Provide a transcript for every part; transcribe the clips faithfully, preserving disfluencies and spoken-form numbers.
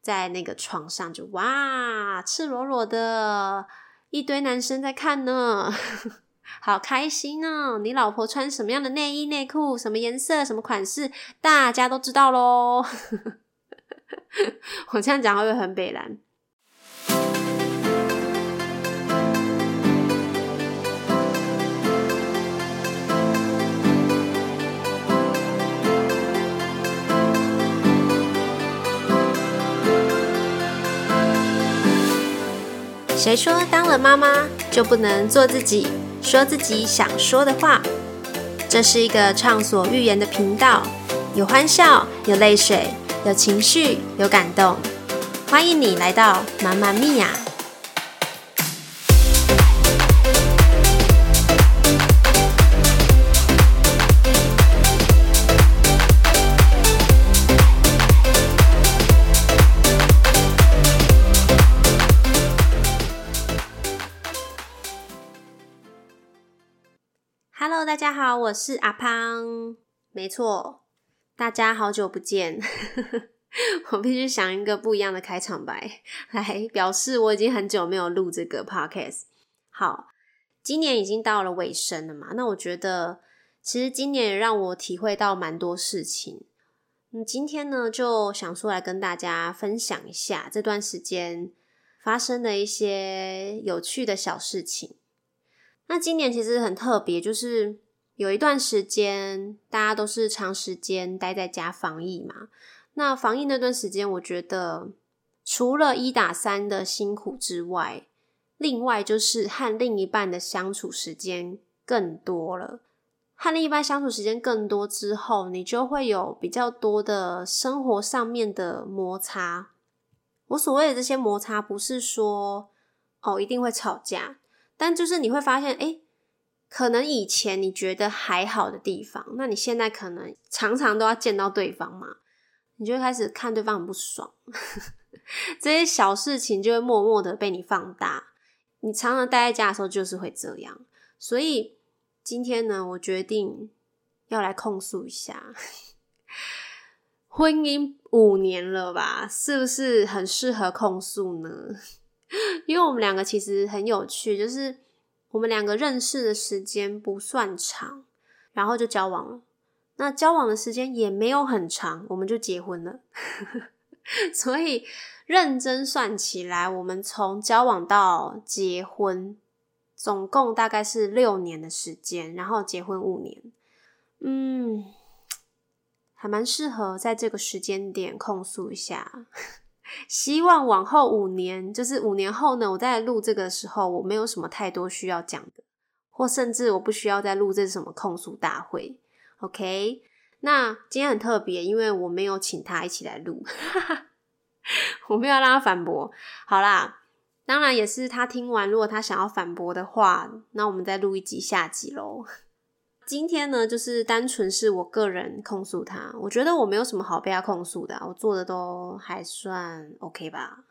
在那个床上就哇赤裸裸的一堆男生在看呢好开心哦，你老婆穿什么样的内衣内裤，什么颜色什么款式大家都知道咯我这样讲会不会很北蓝？谁说当了妈妈就不能做自己，说自己想说的话？这是一个畅所欲言的频道，有欢笑，有泪水，有情绪，有感动。欢迎你来到妈妈咪呀！Hello， 大家好，我是阿胖。没错，大家好久不见。我必须想一个不一样的开场白来表示我已经很久没有录这个 podcast。好，今年已经到了尾声了嘛，那我觉得其实今年也让我体会到蛮多事情。嗯，今天呢就想说来跟大家分享一下这段时间发生的一些有趣的小事情。那今年其实很特别，就是有一段时间大家都是长时间待在家防疫嘛。那防疫那段时间，我觉得除了一打三的辛苦之外，另外就是和另一半的相处时间更多了。和另一半相处时间更多之后，你就会有比较多的生活上面的摩擦。我所谓的这些摩擦，不是说哦一定会吵架，但就是你会发现，诶，可能以前你觉得还好的地方，那你现在可能常常都要见到对方嘛，你就会开始看对方很不爽这些小事情就会默默的被你放大，你常常待在家的时候就是会这样。所以今天呢，我决定要来控诉一下婚姻五年了吧，是不是很适合控诉呢？因为我们两个其实很有趣，就是我们两个认识的时间不算长，然后就交往了。那交往的时间也没有很长，我们就结婚了所以认真算起来，我们从交往到结婚总共大概是六年的时间，然后结婚五年。嗯，还蛮适合在这个时间点控诉一下希望往后五年，就是五年后呢，我在录这个的时候，我没有什么太多需要讲的，或甚至我不需要再录这是什么控诉大会。OK， 那今天很特别，因为我没有请他一起来录我没有让他反驳。好啦，当然也是他听完，如果他想要反驳的话，那我们再录一集下集咯。今天呢，就是单纯是我个人控诉他，我觉得我没有什么好被他控诉的、啊、我做的都还算 OK 吧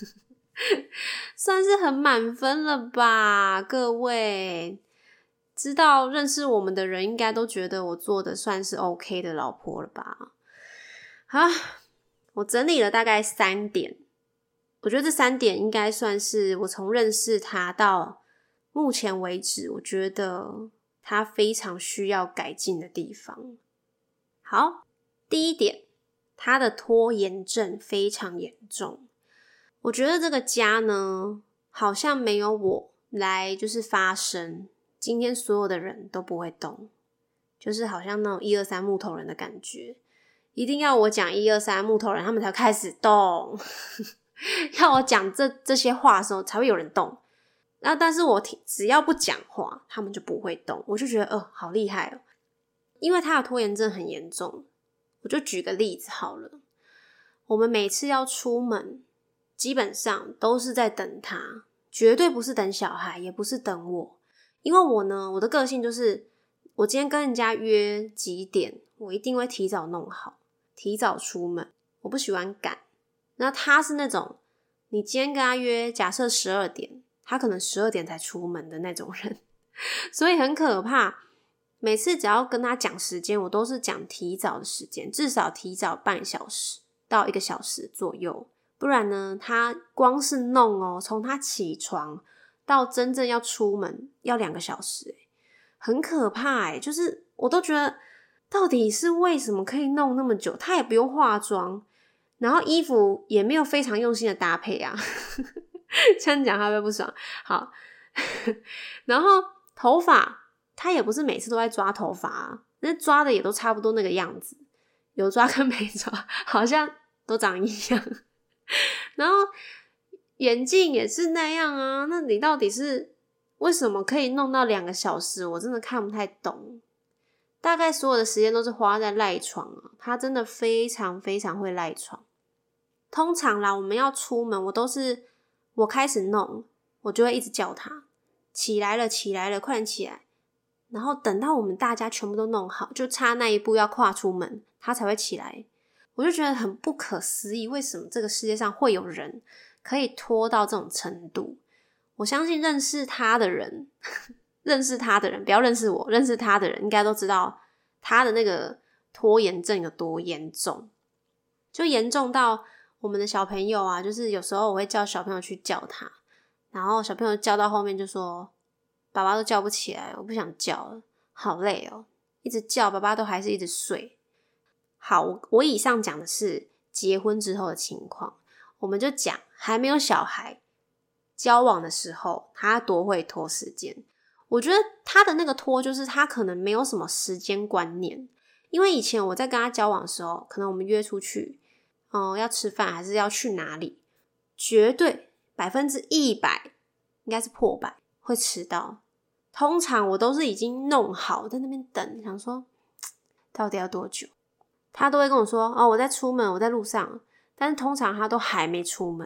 算是很满分了吧。各位知道认识我们的人应该都觉得我做的算是 OK 的老婆了吧。好，我整理了大概三点，我觉得这三点应该算是我从认识他到目前为止，我觉得他非常需要改进的地方。好，第一点，他的拖延症非常严重。我觉得这个家呢，好像没有我来就是发声，今天所有的人都不会动，就是好像那种一二三木头人的感觉，一定要我讲一二三木头人他们才开始动要我讲这这些话的时候才会有人动。那但是我只要不讲话，他们就不会动，我就觉得呃好厉害哦。因为他的拖延症很严重，我就举个例子好了。我们每次要出门，基本上都是在等他，绝对不是等小孩，也不是等我。因为我呢，我的个性就是我今天跟人家约几点，我一定会提早弄好，提早出门，我不喜欢赶。那他是那种你今天跟他约假设十二点，他可能十二点才出门的那种人所以很可怕。每次只要跟他讲时间，我都是讲提早的时间，至少提早半小时到一个小时左右， 不然呢他光是弄哦，从他起床到真正要出门要两个小时耶，很可怕耶。就是我都觉得到底是为什么可以弄那么久，他也不用化妆，然后衣服也没有非常用心的搭配啊这样讲他会不会不爽？好然后头发他也不是每次都在抓头发啊，那抓的也都差不多那个样子，有抓跟没抓好像都长一样然后眼镜也是那样啊，那你到底是为什么可以弄到两个小时？我真的看不太懂。大概所有的时间都是花在赖床啊，他真的非常非常会赖床。通常啦，我们要出门，我都是我开始弄，我就会一直叫他起来了起来了快点起来，然后等到我们大家全部都弄好，就差那一步要跨出门，他才会起来。我就觉得很不可思议，为什么这个世界上会有人可以拖到这种程度。我相信认识他的人认识他的人不要认识我，认识他的人应该都知道他的那个拖延症有多严重，就严重到我们的小朋友啊，就是有时候我会叫小朋友去叫他，然后小朋友叫到后面就说爸爸都叫不起来，我不想叫了，好累哦，一直叫爸爸都还是一直睡。好，我我以上讲的是结婚之后的情况，我们就讲还没有小孩交往的时候他多会拖时间。我觉得他的那个拖就是他可能没有什么时间观念，因为以前我在跟他交往的时候，可能我们约出去嗯，要吃饭还是要去哪里，绝对百分之一百应该是破百会迟到。通常我都是已经弄好在那边等，想说到底要多久，他都会跟我说哦，我在出门，我在路上，但是通常他都还没出门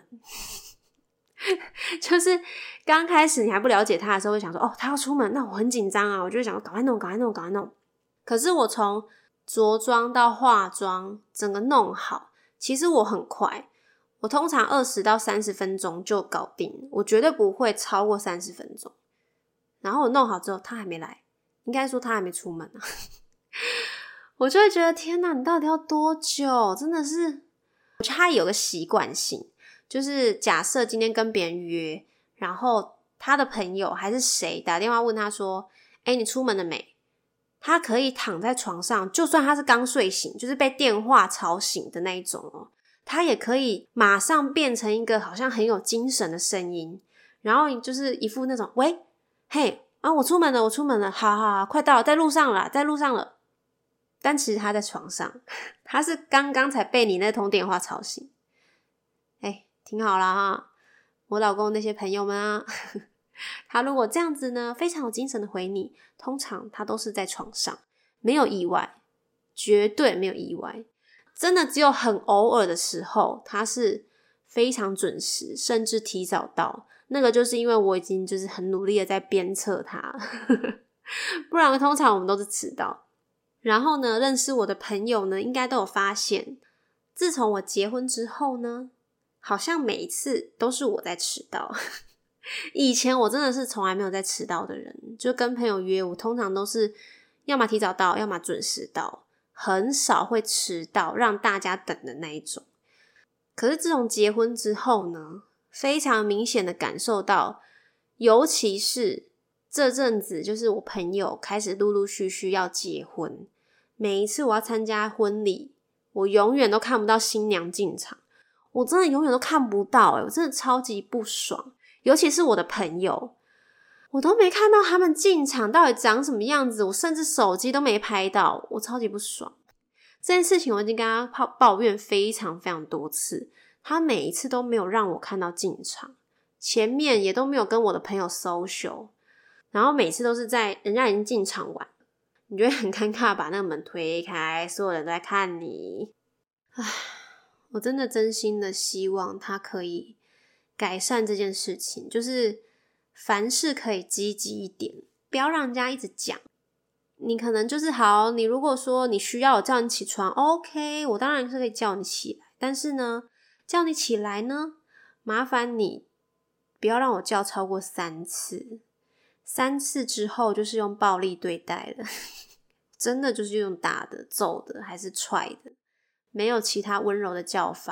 就是刚开始你还不了解他的时候会想说哦，他要出门，那我很紧张啊，我就会想说赶快弄赶快弄赶快弄。可是我从着装到化妆整个弄好，其实我很快，我通常二十到三十分钟就搞定，我绝对不会超过三十分钟。然后我弄好之后他还没来，应该说他还没出门啊我就会觉得天哪，你到底要多久？真的是，我觉得他有个习惯性，就是假设今天跟别人约，然后他的朋友还是谁打电话问他说诶你出门了没？他可以躺在床上，就算他是刚睡醒，就是被电话吵醒的那一种哦，他也可以马上变成一个好像很有精神的声音，然后就是一副那种喂嘿啊我出门了我出门了好好好快到了，在路上了在路上了，但其实他在床上，他是刚刚才被你那通电话吵醒。诶听好啦哈，我老公那些朋友们啊他如果这样子呢非常有精神的回你，通常他都是在床上，没有意外，绝对没有意外，真的只有很偶尔的时候他是非常准时甚至提早到，那个就是因为我已经就是很努力的在鞭策他不然通常我们都是迟到。然后呢认识我的朋友呢应该都有发现，自从我结婚之后呢好像每一次都是我在迟到以前我真的是从来没有在迟到的人，就跟朋友约我通常都是要么提早到要么准时到，很少会迟到让大家等的那一种。可是自从结婚之后呢，非常明显的感受到，尤其是这阵子就是我朋友开始陆陆续续要结婚，每一次我要参加婚礼，我永远都看不到新娘进场，我真的永远都看不到欸，我真的超级不爽。尤其是我的朋友，我都没看到他们进场到底长什么样子，我甚至手机都没拍到，我超级不爽。这件事情我已经跟他抱怨非常非常多次，他每一次都没有让我看到进场，前面也都没有跟我的朋友 social， 然后每次都是在人家已经进场完，你就会很尴尬把那个门推开，所有人都在看你。唉，我真的真心的希望他可以改善这件事情，就是凡事可以积极一点，不要让人家一直讲。你可能就是好，你如果说你需要我叫你起床 OK， 我当然是可以叫你起来，但是呢叫你起来呢麻烦你不要让我叫超过三次，三次之后就是用暴力对待了真的就是用打的揍的还是踹的，没有其他温柔的叫法，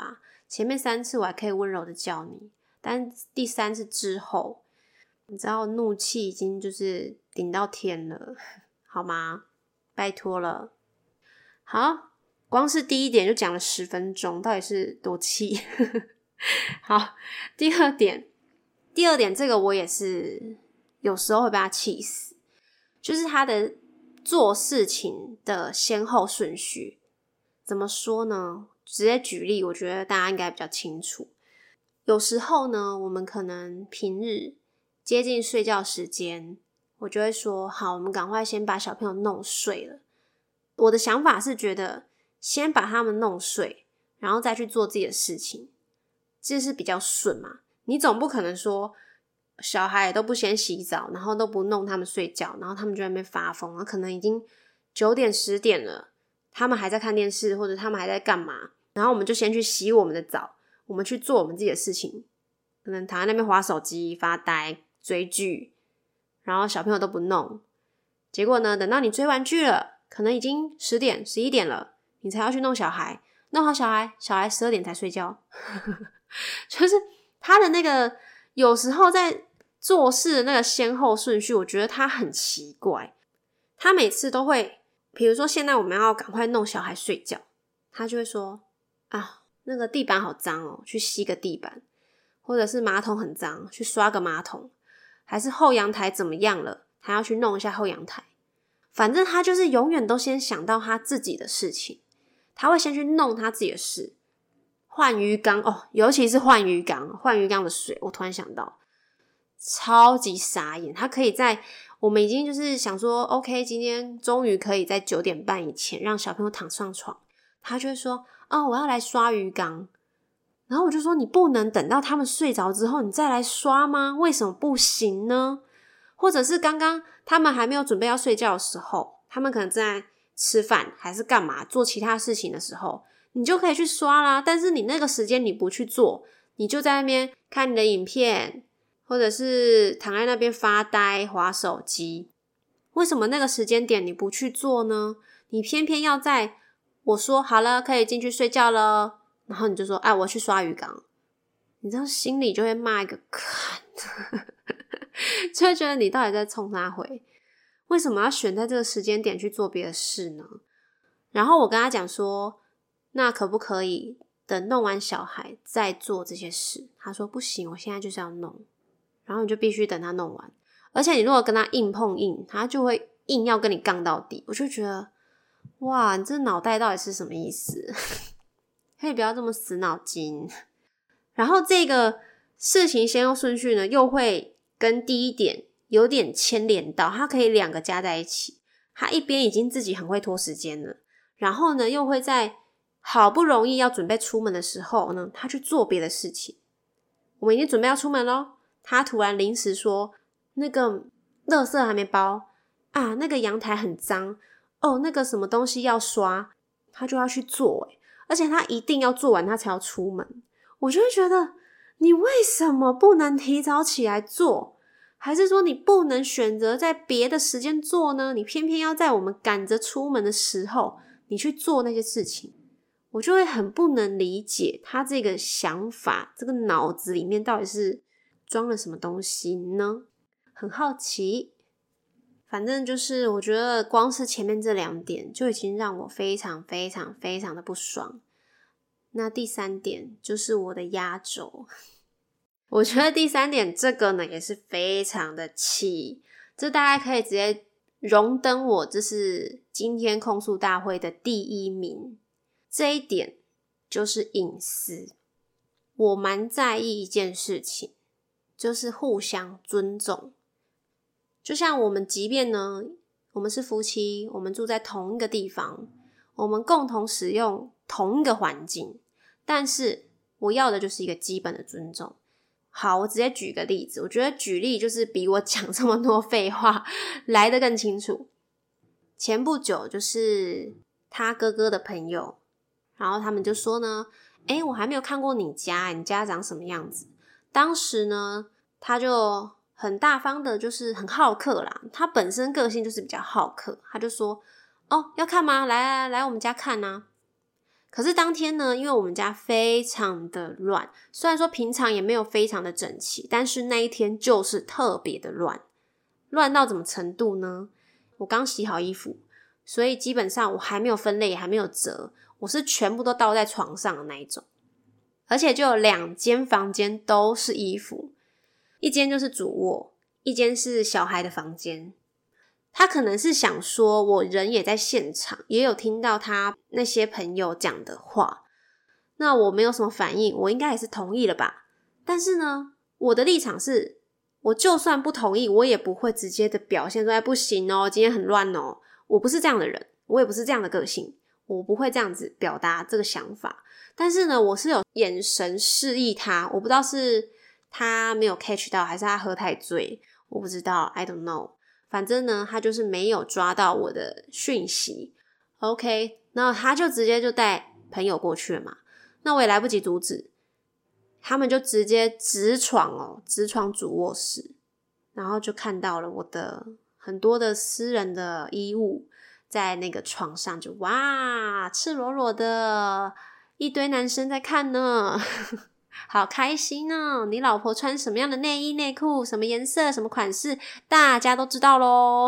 前面三次我还可以温柔的叫你，但第三次之后，你知道怒气已经就是顶到天了，好吗？拜托了。好，光是第一点就讲了十分钟，到底是多气？好，第二点，第二点这个我也是有时候会被他气死，就是他的做事情的先后顺序。怎么说呢？直接举例，我觉得大家应该比较清楚。有时候呢，我们可能平日接近睡觉时间，我就会说好，我们赶快先把小朋友弄睡了。我的想法是觉得先把他们弄睡，然后再去做自己的事情，这是比较顺嘛。你总不可能说小孩都不先洗澡，然后都不弄他们睡觉，然后他们就在那边发疯，可能已经九点十点了，他们还在看电视，或者他们还在干嘛，然后我们就先去洗我们的澡，我们去做我们自己的事情，可能躺在那边滑手机发呆追剧，然后小朋友都不弄，结果呢，等到你追完剧了，可能已经十点十一点了，你才要去弄小孩，弄好小孩，小孩十二点才睡觉。就是他的那个有时候在做事的那个先后顺序，我觉得他很奇怪。他每次都会，比如说现在我们要赶快弄小孩睡觉，他就会说啊，那个地板好脏哦，去吸个地板，或者是马桶很脏，去刷个马桶，还是后阳台怎么样了，他要去弄一下后阳台。反正他就是永远都先想到他自己的事情，他会先去弄他自己的事。换鱼缸哦，尤其是换鱼缸，换鱼缸的水，我突然想到，超级傻眼。他可以在我们已经就是想说 OK 今天终于可以在九点半以前让小朋友躺上床，他就会说哦我要来刷鱼缸，然后我就说你不能等到他们睡着之后你再来刷吗？为什么不行呢？或者是刚刚他们还没有准备要睡觉的时候，他们可能正在吃饭还是干嘛做其他事情的时候，你就可以去刷啦。但是你那个时间你不去做，你就在那边看你的影片，或者是躺在那边发呆滑手机，为什么那个时间点你不去做呢？你偏偏要在我说好了可以进去睡觉了，然后你就说哎，我去刷鱼缸，你知道心里就会骂一个看就会觉得你到底在冲啥回，为什么要选在这个时间点去做别的事呢？然后我跟他讲说那可不可以等弄完小孩再做这些事，他说不行，我现在就是要弄，然后你就必须等他弄完，而且你如果跟他硬碰硬，他就会硬要跟你杠到底。我就觉得哇，你这脑袋到底是什么意思可以不要这么死脑筋。然后这个事情先后顺序呢又会跟第一点有点牵连到，它可以两个加在一起，他一边已经自己很会拖时间了，然后呢又会在好不容易要准备出门的时候呢他去做别的事情。我们已经准备要出门咯，他突然临时说那个垃圾还没包啊，那个阳台很脏哦，那个什么东西要刷，他就要去做耶，而且他一定要做完他才要出门。我就会觉得你为什么不能提早起来做，还是说你不能选择在别的时间做呢？你偏偏要在我们赶着出门的时候你去做那些事情，我就会很不能理解他这个想法，这个脑子里面到底是装了什么东西呢？很好奇。反正就是我觉得光是前面这两点就已经让我非常非常非常的不爽。那第三点就是我的压轴我觉得第三点这个呢也是非常的气，这大概可以直接荣登我这是今天控诉大会的第一名。这一点就是隐私。我蛮在意一件事情，就是互相尊重。就像我们即便呢我们是夫妻，我们住在同一个地方，我们共同使用同一个环境，但是我要的就是一个基本的尊重。好，我直接举个例子，我觉得举例就是比我讲这么多废话来得更清楚。前不久就是他哥哥的朋友，然后他们就说呢诶我还没有看过你家，你家长什么样子。当时呢他就很大方的就是很好客啦，他本身个性就是比较好客，他就说哦要看吗？来来来我们家看啊。 可是当天呢，因为我们家非常的乱，虽然说平常也没有非常的整齐，但是那一天就是特别的乱。乱到怎么程度呢？我刚洗好衣服，所以基本上我还没有分类，也还没有折，我是全部都倒在床上的那一种。而且就有两间房间都是衣服，一间就是主卧，一间是小孩的房间。他可能是想说我人也在现场，也有听到他那些朋友讲的话，那我没有什么反应，我应该也是同意了吧。但是呢，我的立场是，我就算不同意，我也不会直接的表现出来不行哦，今天很乱哦。我不是这样的人，我也不是这样的个性，我不会这样子表达这个想法。但是呢，我是有眼神示意他，我不知道是他没有 catch 到，还是他喝太醉，我不知道 I don't know。反正呢，他就是没有抓到我的讯息 OK， 然后他就直接就带朋友过去了嘛，那我也来不及阻止，他们就直接直闯哦，直闯主卧室，然后就看到了我的很多的私人的衣物在那个床上，就哇，赤裸裸的一堆男生在看呢好开心哦，你老婆穿什么样的内衣内裤，什么颜色什么款式，大家都知道咯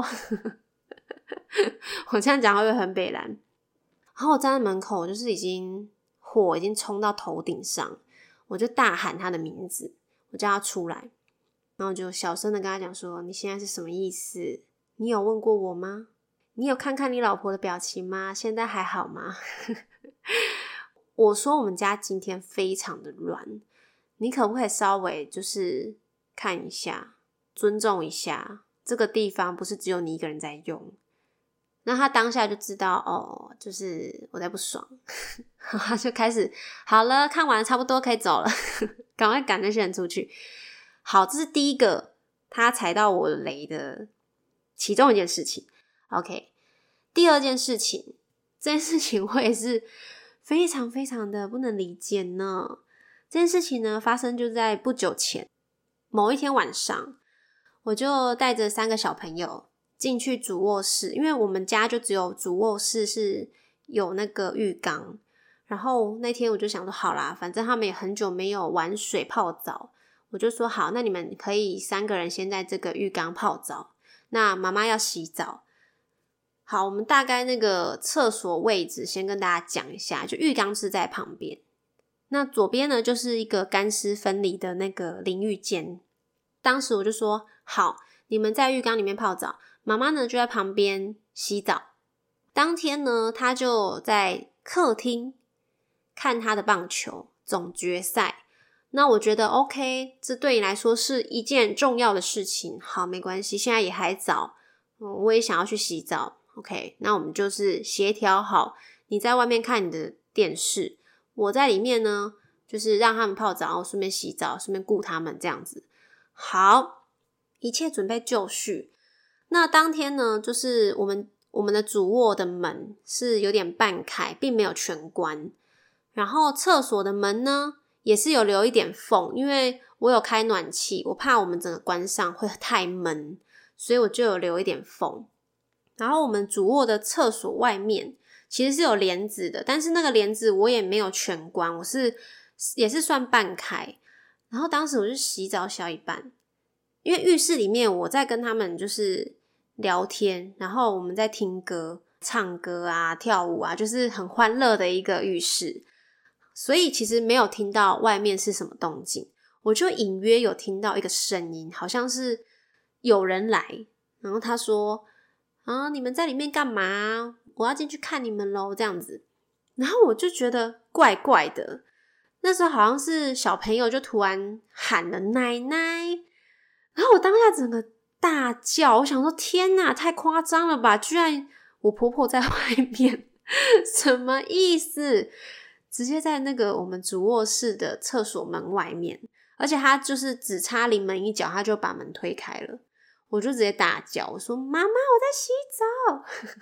我这样讲会不会很北蓝？然后我站在门口，就是已经火已经冲到头顶上，我就大喊他的名字，我叫他出来，然后就小声的跟他讲说，你现在是什么意思？你有问过我吗？你有看看你老婆的表情吗？现在还好吗？我说我们家今天非常的乱，你可不可以稍微就是看一下，尊重一下，这个地方不是只有你一个人在用。那他当下就知道哦，就是我在不爽他就开始好了，看完了差不多可以走了赶快赶那些人出去。好，这是第一个他踩到我雷的其中一件事情。 OK， 第二件事情，这件事情我也是非常非常的不能理解呢。这件事情呢，发生就在不久前某一天晚上，我就带着三个小朋友进去主卧室，因为我们家就只有主卧室是有那个浴缸，然后那天我就想说好啦，反正他们也很久没有玩水泡澡，我就说好，那你们可以三个人先在这个浴缸泡澡，那妈妈要洗澡。好，我们大概那个厕所位置先跟大家讲一下，就浴缸是在旁边，那左边呢就是一个干湿分离的那个淋浴间。当时我就说好，你们在浴缸里面泡澡，妈妈呢就在旁边洗澡。当天呢，他就在客厅看他的棒球总决赛。那我觉得 OK， 这对你来说是一件重要的事情。好，没关系，现在也还早，嗯，我也想要去洗澡。OK， 那我们就是协调好，你在外面看你的电视，我在里面呢，就是让他们泡澡，然后顺便洗澡，顺便顾他们这样子。好，一切准备就绪。那当天呢，就是我们我们的主卧的门是有点半开，并没有全关。然后厕所的门呢，也是有留一点缝，因为我有开暖气，我怕我们整个关上会太闷，所以我就有留一点缝。然后我们主卧的厕所外面其实是有帘子的，但是那个帘子我也没有全关，我是也是算半开。然后当时我就洗澡洗到一半，因为浴室里面我在跟他们就是聊天，然后我们在听歌唱歌啊跳舞啊，就是很欢乐的一个浴室，所以其实没有听到外面是什么动静，我就隐约有听到一个声音，好像是有人来，然后他说啊，你们在里面干嘛？我要进去看你们咯，这样子。然后我就觉得怪怪的，那时候好像是小朋友就突然喊了奶奶，然后我当下整个大叫，我想说天哪，太夸张了吧，居然我婆婆在外面什么意思？直接在那个我们主卧室的厕所门外面，而且他就是只差临门一脚，他就把门推开了。我就直接大叫，我说妈妈，我在洗澡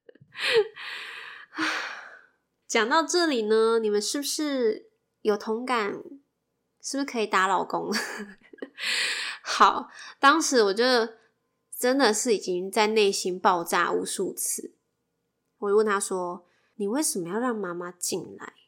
讲到这里呢，你们是不是有同感？是不是可以打老公好，当时我就真的是已经在内心爆炸无数次。我就问他说，你为什么要让妈妈进来？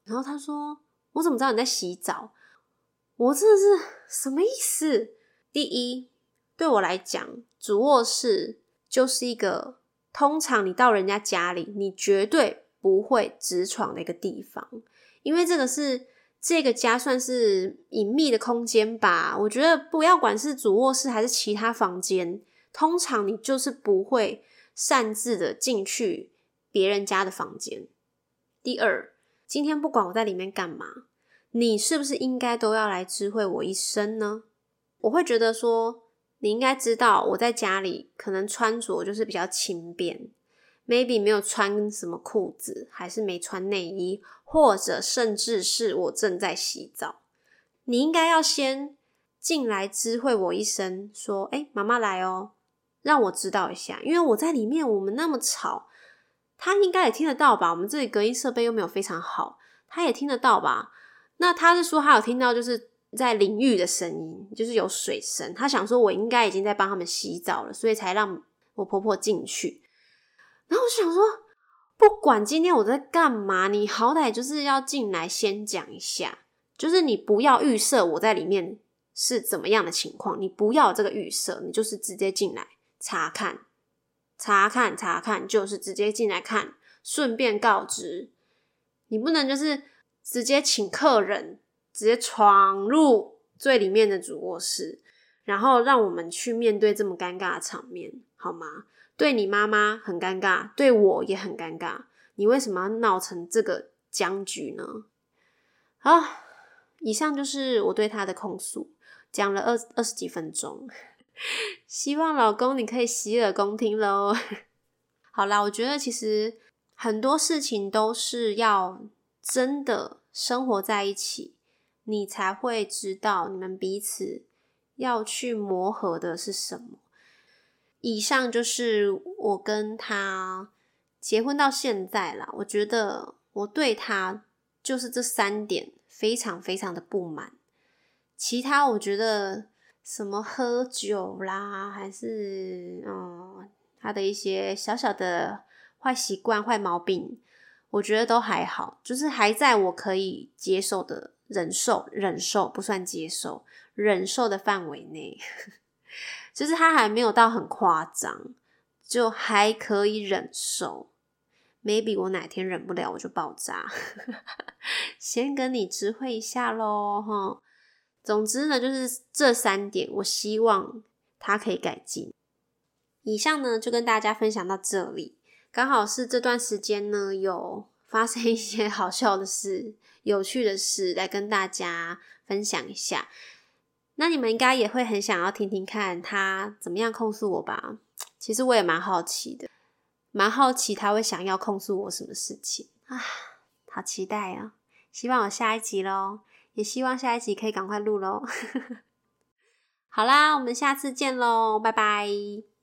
然后他说我怎么知道你在洗澡？我真的是什么意思？第一，对我来讲，主卧室就是一个通常你到人家家里你绝对不会直闯的一个地方，因为这个是这个家算是隐秘的空间吧。我觉得不要管是主卧室还是其他房间，通常你就是不会擅自的进去别人家的房间。第二，今天不管我在里面干嘛，你是不是应该都要来知会我一声呢？我会觉得说你应该知道我在家里可能穿着就是比较轻便， maybe 没有穿什么裤子，还是没穿内衣，或者甚至是我正在洗澡，你应该要先进来知会我一声，说诶妈妈来哦，让我知道一下。因为我在里面我们那么吵，他应该也听得到吧，我们这里隔音设备又没有非常好，他也听得到吧。那他是说他有听到就是在淋浴的声音，就是有水声，他想说我应该已经在帮他们洗澡了，所以才让我婆婆进去。然后我想说不管今天我在干嘛，你好歹就是要进来先讲一下，就是你不要预设我在里面是怎么样的情况，你不要有这个预设，你就是直接进来查看查看查看，就是直接进来看，顺便告知。你不能就是直接请客人直接闯入最里面的主卧室，然后让我们去面对这么尴尬的场面，好吗？对你妈妈很尴尬，对我也很尴尬，你为什么要闹成这个僵局呢？好，以上就是我对他的控诉，讲了二二十几分钟，希望老公你可以洗耳恭听咯。好啦，我觉得其实很多事情都是要真的生活在一起，你才会知道你们彼此要去磨合的是什么。以上就是我跟他结婚到现在啦，我觉得我对他就是这三点非常非常的不满。其他我觉得什么喝酒啦，还是嗯他的一些小小的坏习惯坏毛病，我觉得都还好，就是还在我可以接受的忍受忍受不算接受忍受的范围内。就是他还没有到很夸张，就还可以忍受。maybe 我哪天忍不了我就爆炸。先跟你知会一下咯齁。总之呢，就是这三点我希望他可以改进。以上呢就跟大家分享到这里，刚好是这段时间呢有发生一些好笑的事有趣的事来跟大家分享一下。那你们应该也会很想要听听看他怎么样控诉我吧，其实我也蛮好奇的，蛮好奇他会想要控诉我什么事情啊，好期待啊，希望有下一集咯，也希望下一集可以赶快录咯。好啦，我们下次见咯，拜拜。